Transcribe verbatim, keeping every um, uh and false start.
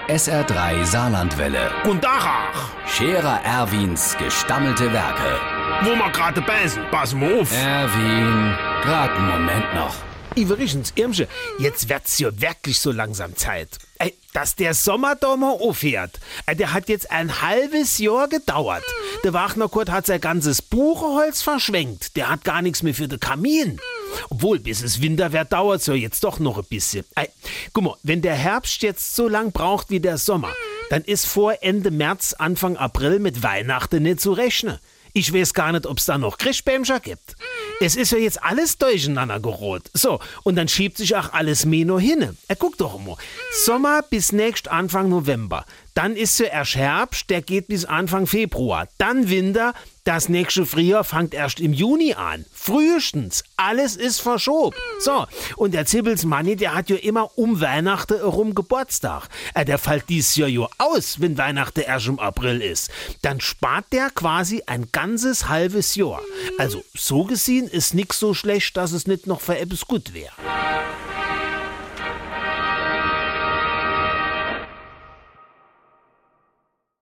S R drei Saarlandwelle. Guten Tag. Scherer Erwins gestammelte Werke. Wo wir gerade beißen, pass mal auf. Erwin, grad einen Moment noch. Iverichens, Irmsche, jetzt wird's ja wirklich so langsam Zeit. Ey, dass der Sommer da mal aufhört. Ey, der hat jetzt ein halbes Jahr gedauert. Der Wagnerkurt hat sein ganzes Buchenholz verschwenkt. Der hat gar nichts mehr für den Kamin. Obwohl, bis es Winter wird, dauert's ja jetzt doch noch ein bisschen. Ey, guck mal, wenn der Herbst jetzt so lang braucht wie der Sommer, dann ist vor Ende März, Anfang April mit Weihnachten nicht zu rechnen. Ich weiß gar nicht, ob's da noch Christbäumchen gibt. Es ist ja jetzt alles durcheinander gerot. So, und dann schiebt sich auch alles mehr noch hin. Er guckt doch immer. Sommer bis nächst Anfang November. Dann ist ja erst Herbst, der geht bis Anfang Februar. Dann Winter, das nächste Frühjahr fängt erst im Juni an. Frühestens. Alles ist verschoben. So, und der Zibbels Manni, der hat ja immer um Weihnachten herum Geburtstag. Äh, der fällt dieses Jahr ja aus, wenn Weihnachten erst im April ist. Dann spart der quasi ein ganzes halbes Jahr. Also, so gesehen ist nix so schlecht, dass es nicht noch für etwas gut wäre.